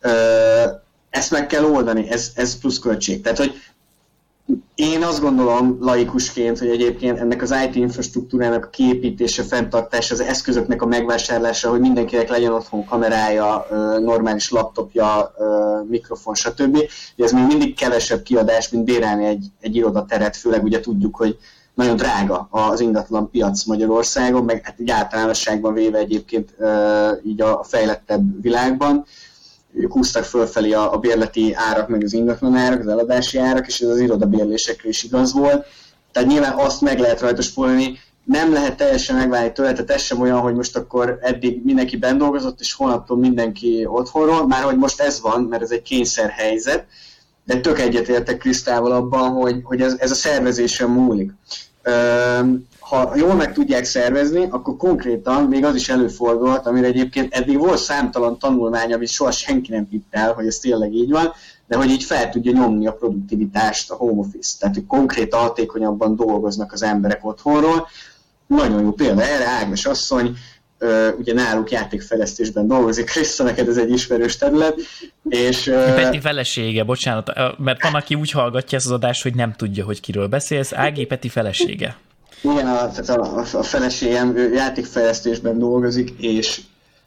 Ezt meg kell oldani, ez, ez plusz költség. Tehát, hogy én azt gondolom laikusként, hogy egyébként ennek az i té infrastruktúrának a kiépítése, fenntartása, az eszközöknek a megvásárlása, hogy mindenkinek legyen otthon kamerája, normális laptopja, mikrofon, stb. Ez még mindig kevesebb kiadás, mint bérelni egy, egy irodateret, főleg ugye tudjuk, hogy nagyon drága az ingatlan piac Magyarországon, meg hát így általánosságban véve egyébként így a fejlettebb világban. ők húztak fölfelé a, a bérleti árak, meg az ingatlan árak, az eladási árak, és ez az irodabérlésekre is igaz volt. Tehát nyilván azt meg lehet rajta spórolni, nem lehet teljesen megválni tőle, tehát ez sem olyan, hogy most akkor eddig mindenki benn dolgozott, és holnaptól mindenki otthonról, már hogy most ez van, mert ez egy kényszerhelyzet, de tök egyetértek Krisztával abban, hogy, hogy ez, ez a szervezésen múlik. Ha jól meg tudják szervezni, akkor konkrétan még az is előfordult, amire egyébként eddig volt számtalan tanulmány, amit soha senki nem hitt el, hogy ez tényleg így van, de hogy így fel tudja nyomni a produktivitást a home office. Tehát, hogy konkrétan hatékonyabban dolgoznak az emberek otthonról. Nagyon jó példa erre, Ágnes asszony, ugye náluk játékfejlesztésben dolgozik, Kriszta, neked ez egy ismerős terület. És, Peti felesége, bocsánat, mert van, aki úgy hallgatja ezt az adást, hogy nem tudja, hogy kiről beszélsz. Ági Peti felesége. Igen, a, tehát a, a feleségem ő játékfejlesztésben dolgozik, és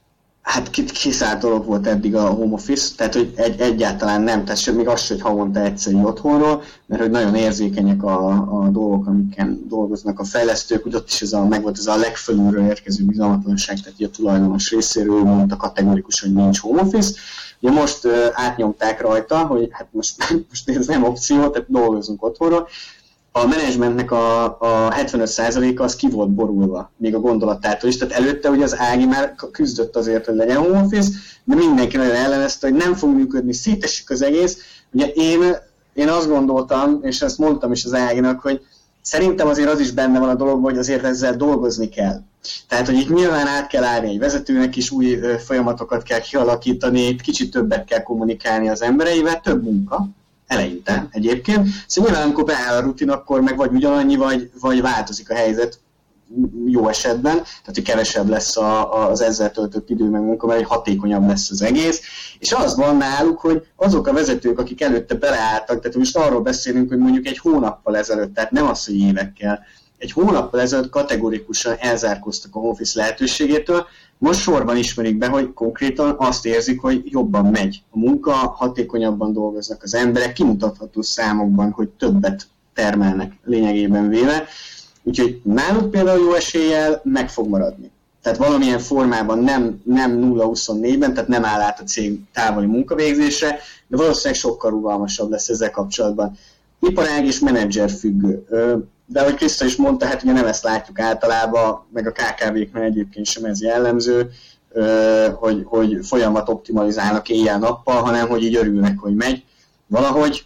hát kiszárt dolog volt eddig a home office, tehát hogy egy, egyáltalán nem, tehát sem, még az, hogy havonta egyszer otthonról, mert hogy nagyon érzékenyek a, a dolgok, amiken dolgoznak a fejlesztők, úgy ott is ez a, meg volt ez a legfölülről érkező bizalmatlanság, tehát a tulajdonos részéről mondta kategorikus, hogy nincs home office. Ugye most uh, átnyomták rajta, hogy hát most, most ez nem opció, tehát dolgozunk otthonról. A menedzsmentnek a, a hetvenöt százaléka az ki volt borulva, még a gondolatától is. Tehát előtte ugye az Ági már küzdött azért, hogy legyen home office, de mindenki nagyon ellenezte, hogy nem fog működni, szétesik az egész. Ugye én, én azt gondoltam, és ezt mondtam is az Áginak, hogy szerintem azért az is benne van a dologban, hogy azért ezzel dolgozni kell. Tehát, hogy itt nyilván át kell állni egy vezetőnek is, új folyamatokat kell kialakítani, kicsit többet kell kommunikálni az embereivel, több munka. Eleinte egyébként. Szóval nyilván, amikor beáll a rutin, akkor meg vagy ugyanannyi, vagy, vagy változik a helyzet jó esetben, tehát hogy kevesebb lesz a, az ezzel töltött idő meg munka, mert hatékonyabb lesz az egész. És az van náluk, hogy azok a vezetők, akik előtte beleálltak, tehát most arról beszélünk, hogy mondjuk egy hónappal ezelőtt, tehát nem az, hogy évekkel, egy hónappal ezelőtt kategorikusan elzárkóztak a home office lehetőségétől, most sorban ismerik be, hogy konkrétan azt érzik, hogy jobban megy a munka, hatékonyabban dolgoznak az emberek, kimutatható számokban, hogy többet termelnek lényegében véve. Úgyhogy náluk például jó eséllyel meg fog maradni. Tehát valamilyen formában nem, nem nulla huszonnégyben, tehát nem áll át a cég távoli munkavégzésre, de valószínűleg sokkal rugalmasabb lesz ezzel kapcsolatban. Iparág és menedzser függő. De ahogy Kriszta is mondta, hát ugye nem ezt látjuk általában, meg a ká ká véknál egyébként sem ez jellemző, hogy, hogy folyamat optimalizálnak éjjel-nappal, hanem hogy így örülnek, hogy megy valahogy,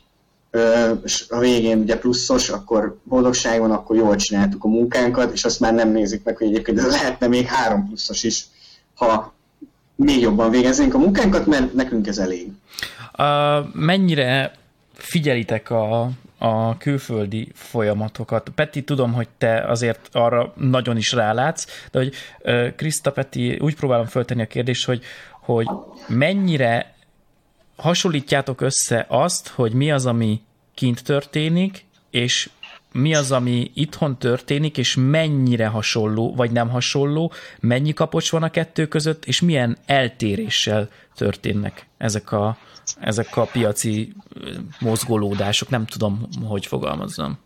és a végén ugye pluszos, akkor boldogság van, akkor jól csináltuk a munkánkat, és azt már nem nézik meg, hogy egyébként ez lehetne még három pluszos is, ha még jobban végeznénk a munkánkat, mert nekünk ez elég. Uh, mennyire figyelitek a, a külföldi folyamatokat? Peti, tudom, hogy te azért arra nagyon is rálátsz, de hogy uh, Kriszta, Peti, úgy próbálom föltenni a kérdést, hogy, hogy mennyire hasonlítjátok össze azt, hogy mi az, ami kint történik, és mi az, ami itthon történik, és mennyire hasonló, vagy nem hasonló, mennyi kapocs van a kettő között, és milyen eltéréssel történnek ezek a, ezek a piaci mozgolódások. Nem tudom, hogy fogalmazzam.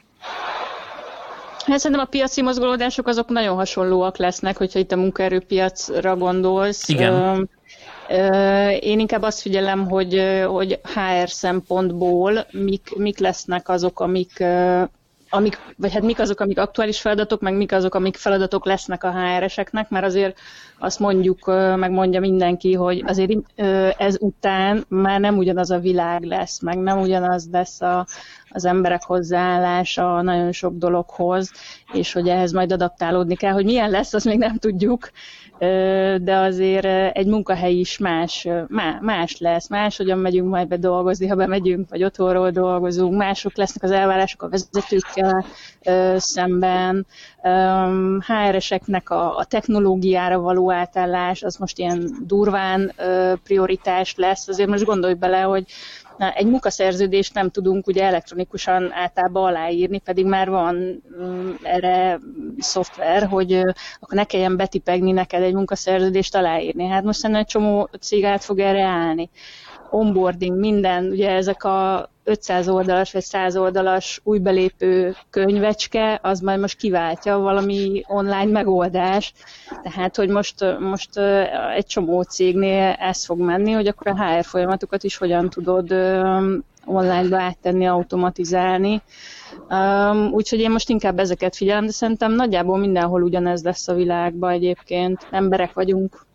Hát szerintem a piaci mozgolódások azok nagyon hasonlóak lesznek, hogyha itt a munkaerőpiacra gondolsz. Igen. Én inkább azt figyelem, hogy, hogy há er szempontból mik, mik lesznek azok, amik, amik, vagy hát mik azok, amik aktuális feladatok, meg mik azok, amik feladatok lesznek a há er eseknek, mert azért azt mondjuk, meg mondja mindenki, hogy azért ez után már nem ugyanaz a világ lesz, meg nem ugyanaz lesz a, az emberek hozzáállása nagyon sok dologhoz, és hogy ehhez majd adaptálódni kell, hogy milyen lesz, azt még nem tudjuk, de azért egy munkahely is más, más lesz, máshogyan megyünk majd be dolgozni, ha bemegyünk, vagy otthonról dolgozunk, mások lesznek az elvárások a vezetőkkel szemben, há er eseknek a, a technológiára való átállás, az most ilyen durván prioritás lesz, azért most gondolj bele, hogy na, egy munkaszerződést nem tudunk ugye elektronikusan általában aláírni, pedig már van um, erre szoftver, hogy uh, akkor ne kelljen betipegni neked egy munkaszerződést aláírni. Hát most szerintem egy csomó cég át fog erre állni. onboarding, minden, ugye ezek a ötszáz oldalas vagy száz oldalas újbelépő könyvecske, az majd most kiváltja valami online megoldás. Tehát, hogy most, most egy csomó cégnél ez fog menni, hogy akkor a há er folyamatokat is hogyan tudod online-ba áttenni, automatizálni. Um, úgyhogy én most inkább ezeket figyelem, de szerintem nagyjából mindenhol ugyanez lesz a világban egyébként. Emberek vagyunk.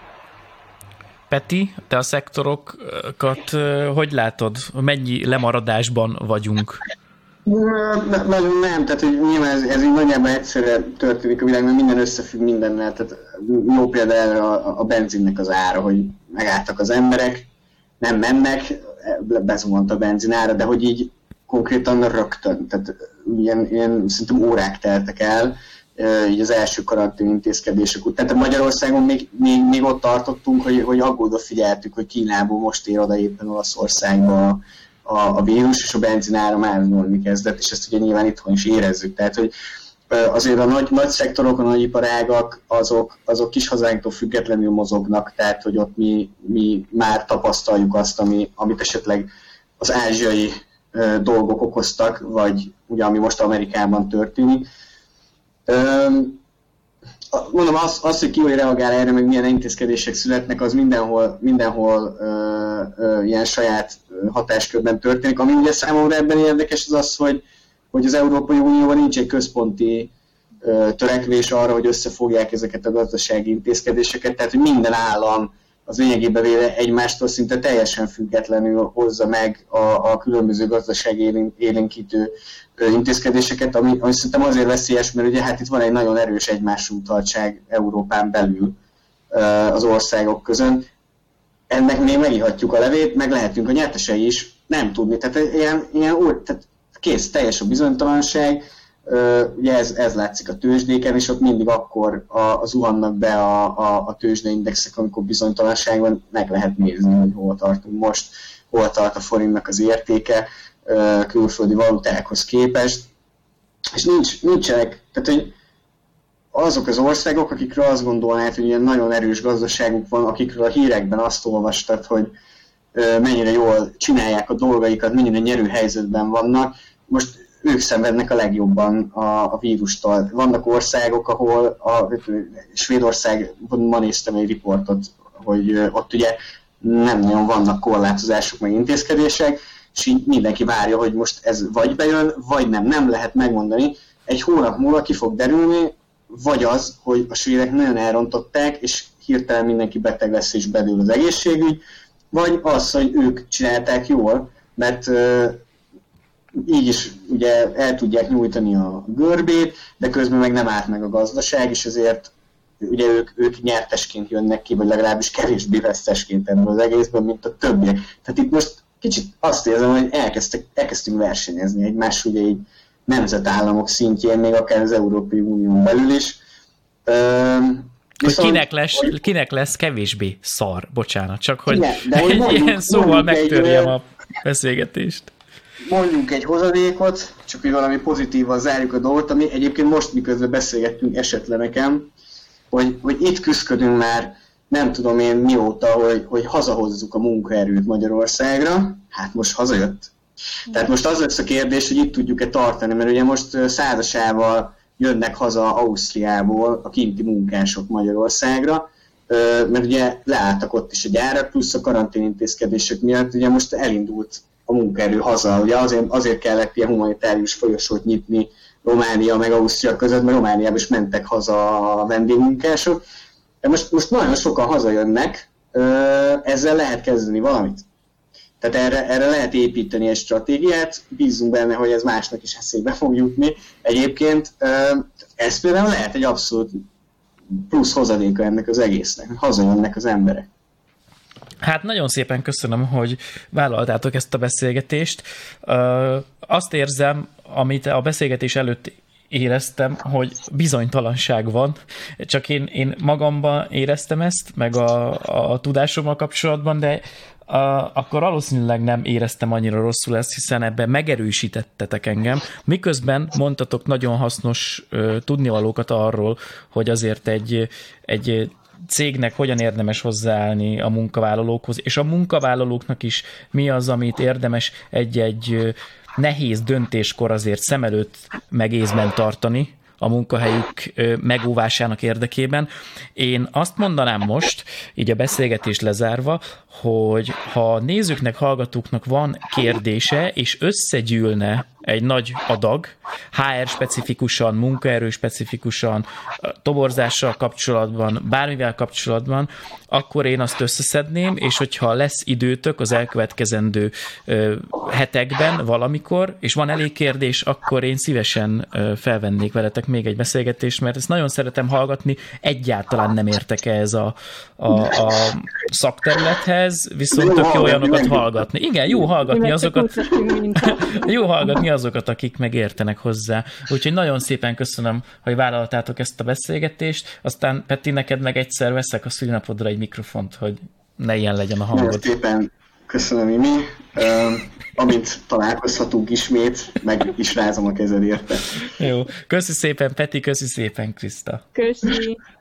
Peti, te a szektorokat hogy látod? Mennyi lemaradásban vagyunk? Nagyon nem, tehát hogy nyilván ez, ez így nagyjából egyszerre történik a világban, minden összefügg mindennel. Tehát jó példa erre a, a benzinnek az ára, hogy megálltak az emberek, nem mennek, bezuhant a benzinára, de hogy így konkrétan rögtön, tehát ilyen, ilyen szerintem órák teltek el, így az első karantén intézkedések után. Tehát Magyarországon még, még, még ott tartottunk, hogy, hogy aggódva figyeltük, hogy Kínából most ér oda éppen Olaszországba a, a, a vírus, és a benzinára már nulni kezdett, és ezt ugye nyilván itthon is érezzük. Tehát, hogy azért a nagy, nagy szektorok, a nagy iparágak, azok, azok kis hazánktól függetlenül mozognak, tehát, hogy ott mi, mi már tapasztaljuk azt, ami, amit esetleg az ázsiai uh, dolgok okoztak, vagy ugye ami most Amerikában történik. Um, mondom, az, az, hogy ki hogy reagál erre, meg milyen intézkedések születnek, az mindenhol, mindenhol uh, uh, ilyen saját hatáskörben történik. Ami ugye számomra ebben érdekes az az, hogy, hogy az Európai Unióban nincs egy központi uh, törekvés arra, hogy összefogják ezeket a gazdasági intézkedéseket, tehát hogy minden állam az lényegében véve egymástól szinte teljesen függetlenül hozza meg a, a különböző gazdasági élénkítő intézkedéseket, ami, ami szerintem azért veszélyes, mert ugye hát itt van egy nagyon erős egymásra utaltság Európán belül az országok között. Ennek még megihatjuk a levét, meg lehetünk a nyertesei is, nem tudni. Tehát ilyen, ilyen úr, tehát kész, teljes a bizonytalanság, ugye ez, ez látszik a tőzsdéken, és ott mindig akkor a, a zuhannak be a, a, a tőzsdeindexek, amikor bizonytalanság van, meg lehet nézni, hogy hol tartunk most, hol tart a forintnak az értéke külföldi valutákhoz képest, és nincs, nincsenek, tehát hogy azok az országok, akikről azt gondolnád, hogy ilyen nagyon erős gazdaságuk van, akikről a hírekben azt olvastad, hogy mennyire jól csinálják a dolgaikat, mennyire nyerő helyzetben vannak, most ők szenvednek a legjobban a, a vírustól. Vannak országok, ahol a Svédország, ma néztem egy riportot, hogy ott ugye nem nagyon vannak korlátozások, meg intézkedések, és így mindenki várja, hogy most ez vagy bejön, vagy nem. Nem lehet megmondani. Egy hónap múlva ki fog derülni, vagy az, hogy a svédek nagyon elrontották, és hirtelen mindenki beteg lesz, és bedől az egészségügy, vagy az, hogy ők csinálták jól, mert így is ugye el tudják nyújtani a görbét, de közben meg nem állt meg a gazdaság, és ezért ugye ők, ők nyertesként jönnek ki, vagy legalábbis kevésbé vesztesként ebből az egészben, mint a többiek. Tehát itt most kicsit azt érzem, hogy elkezdtek, elkezdtünk versenyezni egymás, ugye így nemzetállamok szintjén, még akár az Európai Unión belül is. Üm, Viszont, hogy kinek lesz, hogy kinek lesz kevésbé szar, bocsánat, csak hogy, igen, de hogy egy mondjuk, ilyen szóval megtörjem egy, a beszélgetést. Mondjunk egy hozadékot, csak hogy valami pozitívan zárjuk a dolgot, ami egyébként most miközben beszélgettünk esett le nekem, hogy, hogy itt küzdködünk már nem tudom én mióta, hogy, hogy hazahozzuk a munkaerőt Magyarországra, hát most hazajött. Tehát most az lesz a kérdés, hogy itt tudjuk-e tartani, mert ugye most százasával jönnek haza Ausztriából a kinti munkások Magyarországra, mert ugye leálltak ott is a gyárak, plusz a karanténintézkedések miatt ugye most elindult a munkaerő haza. Ugye azért, azért kellett ilyen humanitárius folyosót nyitni Románia meg Ausztria között, mert Romániába is mentek haza a vendégmunkások. De most, most nagyon sokan hazajönnek, ezzel lehet kezdeni valamit. Tehát erre, erre lehet építeni egy stratégiát, bízunk benne, hogy ez másnak is eszébe fog jutni. Egyébként ez például lehet egy abszolút plusz hozadéka ennek az egésznek, hogy hazajönnek az emberek. Hát nagyon szépen köszönöm, hogy vállaltátok ezt a beszélgetést. Azt érzem, amit a beszélgetés előtt éreztem, hogy bizonytalanság van, csak én, én magamban éreztem ezt, meg a, a tudásommal kapcsolatban, de a, akkor valószínűleg nem éreztem annyira rosszul ezt, hiszen ebben megerősítettetek engem. Miközben mondtatok nagyon hasznos uh, tudnivalókat arról, hogy azért egy, egy cégnek hogyan érdemes hozzáállni a munkavállalókhoz, és a munkavállalóknak is mi az, amit érdemes egy-egy nehéz döntéskor azért szem előtt meg észben tartani a munkahelyük megóvásának érdekében. Én azt mondanám most, így a beszélgetést lezárva, hogy ha nézőknek, hallgatóknak van kérdése, és összegyűlne egy nagy adag, há er specifikusan, munkaerő specifikusan, toborzással kapcsolatban, bármivel kapcsolatban, akkor én azt összeszedném, és hogyha lesz időtök az elkövetkezendő ö, hetekben valamikor, és van elég kérdés, akkor én szívesen ö, felvennék veletek még egy beszélgetést, mert ezt nagyon szeretem hallgatni, egyáltalán nem értek ehhez a, a, a szakterülethez, viszont tök jó olyanokat hallgatni. Igen, jó hallgatni azokat, jó hallgatni azokat, akik megértenek hozzá. Úgyhogy nagyon szépen köszönöm, hogy vállaltátok ezt a beszélgetést, aztán Peti, neked meg egyszer veszek a szülinapodra egy mikrofont, hogy ne ilyen legyen a hangod. Nagyon szépen köszönöm, Imi. Uh, amint találkozhatunk ismét, meg is rázom a kezed érte. Jó. Köszi szépen, Peti, köszi szépen, Kriszta. Köszi.